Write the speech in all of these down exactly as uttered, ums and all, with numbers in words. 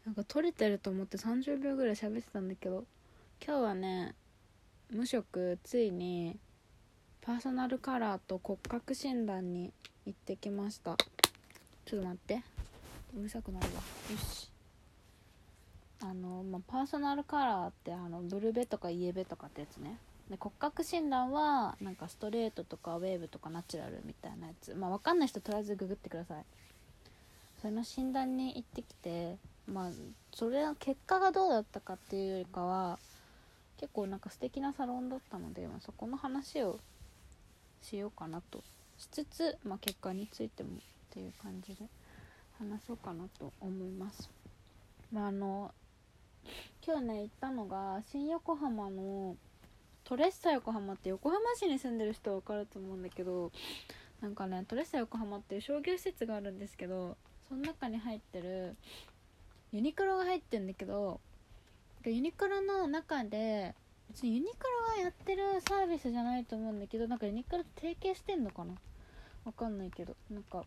なんか撮れてると思ってさんじゅうびょうぐらい喋ってたんだけど、今日はね無職ついにパーソナルカラーと骨格診断に行ってきました。ちょっと待って、うるさくなるわ。よし。あの、まあ、パーソナルカラーってあのブルベとかイエベとかってやつね。で骨格診断はなんかストレートとかウェーブとかナチュラルみたいなやつ。まあ分かんない人とりあえずググってください。それの診断に行ってきて、まあそれは結果がどうだったかっていうよりかは結構なんか素敵なサロンだったので、まあ、そこの話をしようかなとしつつ、まあ、結果についてもっていう感じで話そうかなと思います。まああの今日ね行ったのが新横浜のトレッサ横浜って、横浜市に住んでる人は分かると思うんだけど、なんかねトレッサ横浜っていう商業施設があるんですけど、その中に入ってるユニクロが入ってるんだけど、ユニクロの中で別にユニクロがやってるサービスじゃないと思うんだけど、なんかユニクロと提携してんのかな、わかんないけど、なんか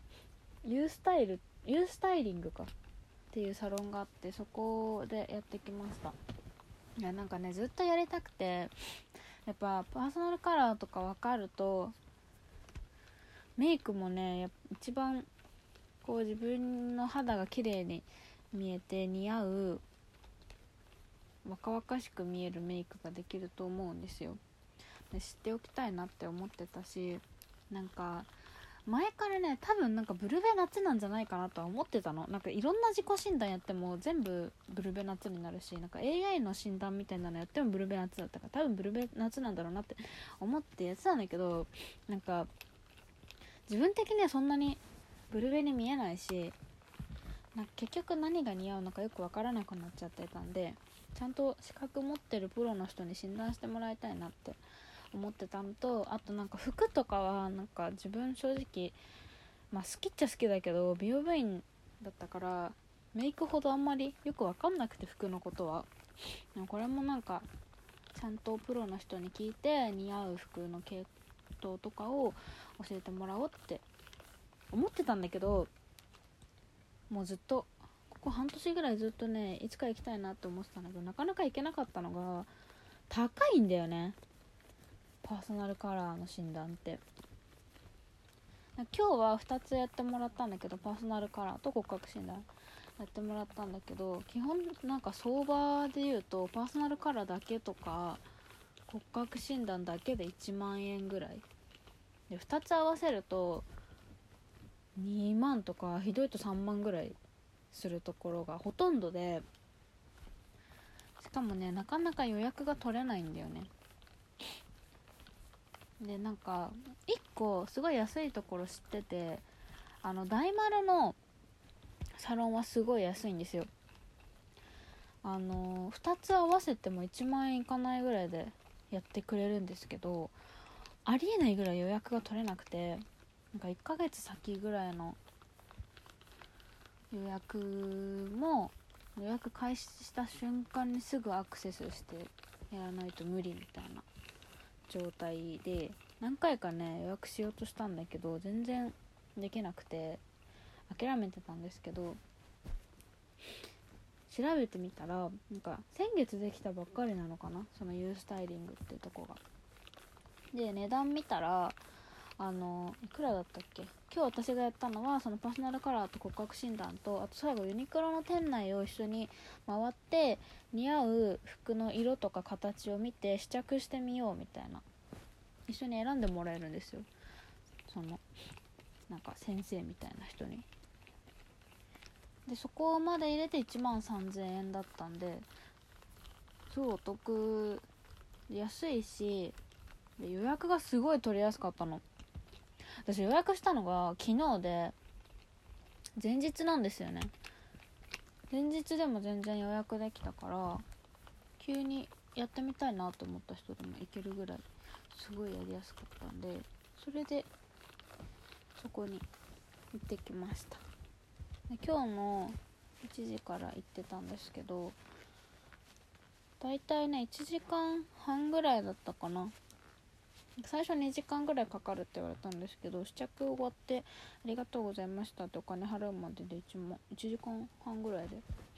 U スタイル U スタイリングかっていうサロンがあって、そこでやってきました。いやなんかねずっとやりたくて、やっぱパーソナルカラーとか分かるとメイクもねやっぱ一番こう自分の肌が綺麗に見えて似合う若々しく見えるメイクができると思うんですよ。で知っておきたいなって思ってたし、なんか前からね多分なんかブルベ夏なんじゃないかなとは思ってたの。なんかいろんな自己診断やっても全部ブルベ夏になるし、なんか エーアイ の診断みたいなのやってもブルベ夏だったから、多分ブルベ夏なんだろうなって思ってやってたんだけど、なんか自分的にはそんなにブルベに見えないし、なんか結局何が似合うのかよくわからなくなっちゃってたんで、ちゃんと資格持ってるプロの人に診断してもらいたいなって思ってたのと、あとなんか服とかはなんか自分正直まあ好きっちゃ好きだけど美容部員だったからメイクほどあんまりよく分かんなくて、服のことは。でもこれもなんかちゃんとプロの人に聞いて似合う服の系統とかを教えてもらおうって思ってたんだけど、もうずっとここ半年ぐらいずっとねいつか行きたいなって思ってたんだけど、なかなか行けなかったのが高いんだよね、パーソナルカラーの診断って。今日はふたつやってもらったんだけど、パーソナルカラーと骨格診断やってもらったんだけど、基本なんか相場で言うとパーソナルカラーだけとか骨格診断だけでいちまんえんぐらいで、ふたつ合わせるとにまんとかひどいとさんまんぐらいするところがほとんどで、しかもねなかなか予約が取れないんだよね。でなんかいっこすごい安いところ知ってて、あの大丸のサロンはすごい安いんですよ。あのふたつ合わせてもいちまんえんいかないぐらいでやってくれるんですけど、ありえないぐらい予約が取れなくて、なんかいっかげつ先ぐらいの予約も予約開始した瞬間にすぐアクセスしてやらないと無理みたいな状態で、何回かね予約しようとしたんだけど全然できなくて諦めてたんですけど、調べてみたらなんか先月できたばっかりなのかな、その U スタイリングっていうとこが。で値段見たらあのいくらだったっけ。今日私がやったのはそのパーソナルカラーと骨格診断と、あと最後ユニクロの店内を一緒に回って似合う服の色とか形を見て試着してみようみたいな、一緒に選んでもらえるんですよ、そのなんか先生みたいな人に。でそこまで入れていちまんさんぜんえんだったんで、すごいお得、安いし、で予約がすごい取りやすかったの。私予約したのが昨日で前日なんですよね。前日でも全然予約できたから、急にやってみたいなと思った人でも行けるぐらいすごいやりやすかったんで、それでそこに行ってきました。で今日もいちじから行ってたんですけど、だいたいねいちじかんはんぐらいだったかな。最初にじかんぐらいかかるって言われたんですけど、試着終わってありがとうございましたってお金払うまでで 1, もいちじかんはんぐらいで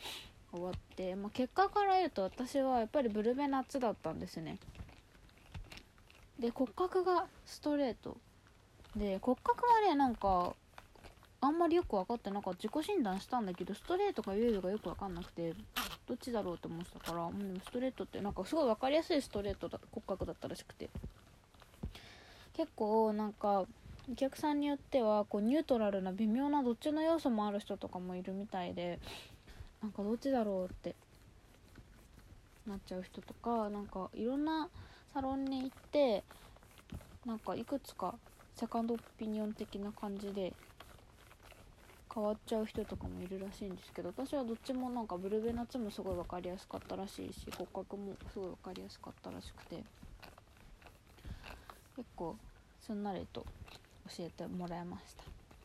終わって、まあ、結果から言うと私はやっぱりブルベナッツだったんですね。で骨格がストレートで、骨格はねなんかあんまりよく分かってなかった。自己診断したんだけどストレートかウェーブがよく分かんなくてどっちだろうと思ってたから、うん、ストレートってなんかすごい分かりやすいストレートだ骨格だったらしくて、結構なんかお客さんによってはこうニュートラルな微妙などっちの要素もある人とかもいるみたいで、なんかどっちだろうってなっちゃう人とか、なんかいろんなサロンに行ってなんかいくつかセカンドオピニオン的な感じで変わっちゃう人とかもいるらしいんですけど、私はどっちもなんかブルベナッツもすごい分かりやすかったらしいし骨格もすごい分かりやすかったらしくて、結構すんなりと教えてもらいました。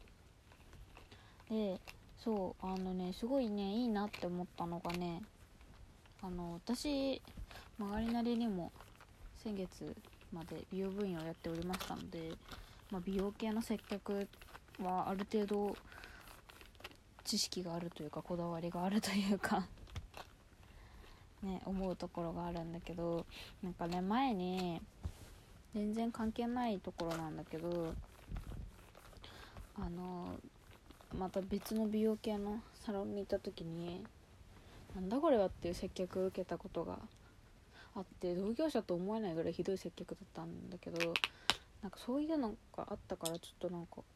でそうあのねすごいねいいなって思ったのがね、あの私曲がりなりにも先月まで美容部員をやっておりましたので、まあ、美容系の接客はある程度知識があるというかこだわりがあるというかね思うところがあるんだけど、なんかね前に全然関係ないところなんだけど、あのまた別の美容系のサロンに行った時になんだこれはっていう接客を受けたことがあって、同業者と思えないぐらいひどい接客だったんだけど、なんかそういうのがあったからちょっとなんか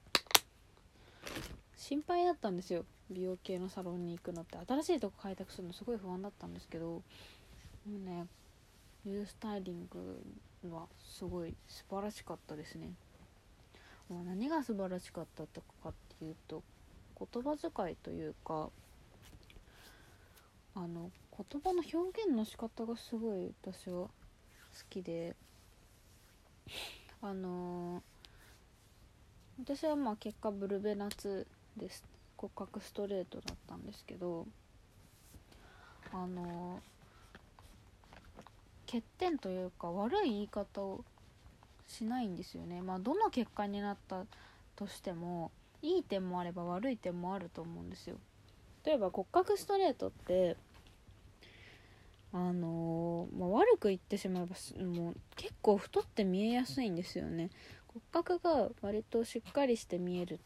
心配だったんですよ。美容系のサロンに行くのって新しいとこ開拓するのすごい不安だったんですけど、もうねヘアスタイリングはすごい素晴らしかったですね。もう何が素晴らしかったかっていうと言葉遣いというか、あの言葉の表現の仕方がすごい私は好きで、あのー、私はまあ結果ブルベナツです骨格ストレートだったんですけど、あのー、欠点というか悪い言い方をしないんですよね。まあどの結果になったとしてもいい点もあれば悪い点もあると思うんですよ。例えば骨格ストレートってあのーまあ、悪く言ってしまえばもう結構太って見えやすいんですよね。骨格が割としっかりして見える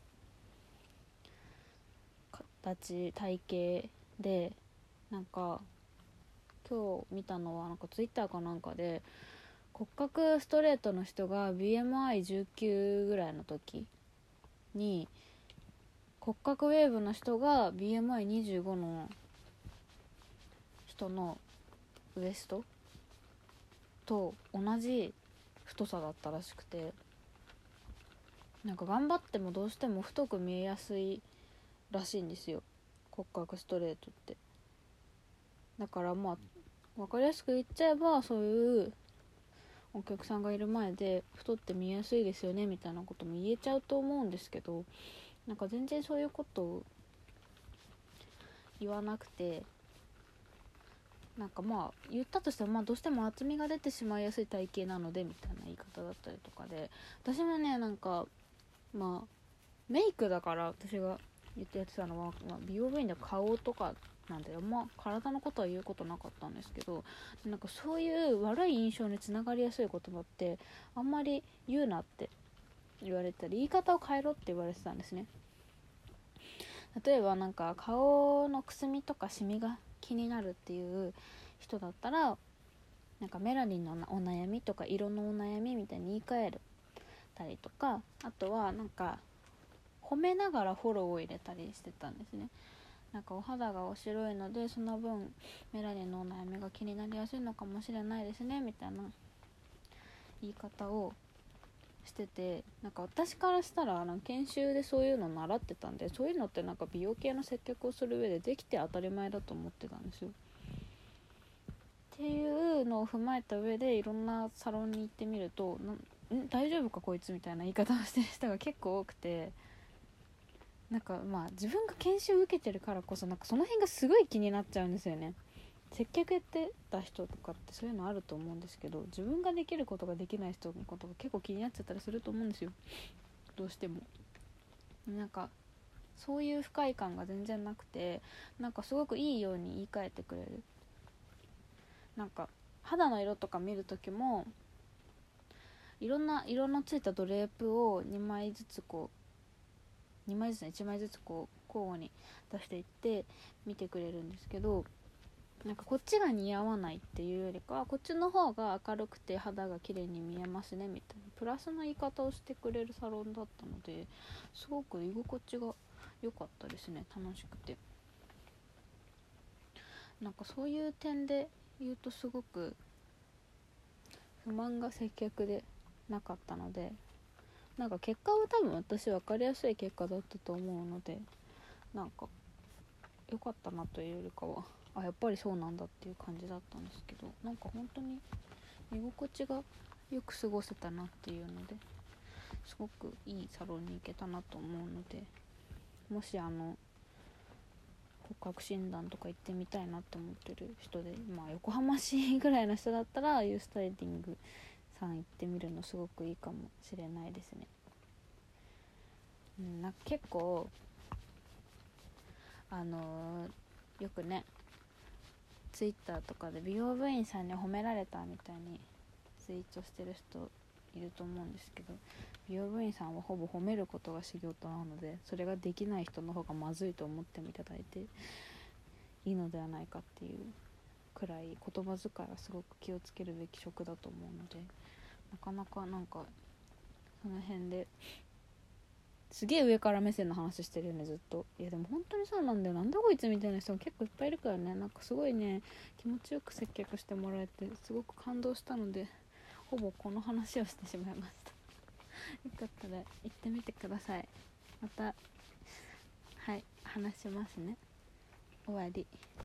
形体型で、なんか今日見たのはなんかツイッターかなんかで骨格ストレートの人が ビーエムアイじゅうきゅう ぐらいの時に骨格ウェーブの人が ビーエムアイにじゅうご の人のウエストと同じ太さだったらしくて、なんか頑張ってもどうしても太く見えやすいらしいんですよ骨格ストレートって。だからまあ分かりやすく言っちゃえばそういうお客さんがいる前で太って見えやすいですよねみたいなことも言えちゃうと思うんですけど、なんか全然そういうことを言わなくて、なんかまあ言ったとしてもまあどうしても厚みが出てしまいやすい体型なのでみたいな言い方だったりとかで、私もねなんかまあメイクだから私が言ってやってたのは、まあ、美容部員で顔とかなんであんま体のことは言うことなかったんですけど、なんかそういう悪い印象につながりやすい言葉ってあんまり言うなって言われたり、言い方を変えろって言われてたんですね。例えばなんか顔のくすみとかシミが気になるっていう人だったら、なんかメラニンのお悩みとか色のお悩みみたいに言い換えるたりとか、あとはなんか褒めながらフォローを入れたりしてたんですね。なんかお肌がお白いのでその分メラニンのお悩みが気になりやすいのかもしれないですねみたいな言い方をしてて、なんか私からしたらなんか研修でそういうの習ってたんで、そういうのってなんか美容系の接客をする上でできて当たり前だと思ってたんですよ。っていうのを踏まえた上でいろんなサロンに行ってみると、ん大丈夫かこいつみたいな言い方をしてる人が結構多くて、なんかまあ自分が研修を受けてるからこそなんかその辺がすごい気になっちゃうんですよね。接客やってた人とかってそういうのあると思うんですけど、自分ができることができない人のことが結構気になっちゃったりすると思うんですよ、どうしても。なんかそういう不快感が全然なくて、なんかすごくいいように言い換えてくれる。なんか肌の色とか見るときもいろんな色のついたドレープをにまいずつこうにまいずつねいちまいずつこう交互に出していって見てくれるんですけど、なんかこっちが似合わないっていうよりかはこっちの方が明るくて肌が綺麗に見えますねみたいなプラスの言い方をしてくれるサロンだったので、すごく居心地が良かったですね。楽しくて、なんかそういう点で言うとすごく不満が接客でなかったので、なんか結果は多分私分かりやすい結果だったと思うので、なんか良かったなというよりかはあやっぱりそうなんだっていう感じだったんですけど、なんか本当に居心地がよく過ごせたなっていうのですごくいいサロンに行けたなと思うので、もしあの骨格診断とか行ってみたいなって思ってる人で、まあ横浜市ぐらいの人だったらユースタイリングさん行ってみるのすごくいいかもしれないですね。うん、なんか結構あのー、よくねツイッターとかで美容部員さんに褒められたみたいにツイートしてる人いると思うんですけど、美容部員さんはほぼ褒めることが仕事なので、それができない人の方がまずいと思ってもいただいていいのではないかっていうくらい言葉遣いはすごく気をつけるべき職だと思うので、なかなかなんかその辺ですげえ上から目線の話してるよねずっと。いやでも本当にそうなんだよ、なんだこいつみたいな人も結構いっぱいいるからね。なんかすごいね気持ちよく接客してもらえてすごく感動したので、ほぼこの話をしてしまいましたよかったら行ってみてください。またはい話しますね。終わり。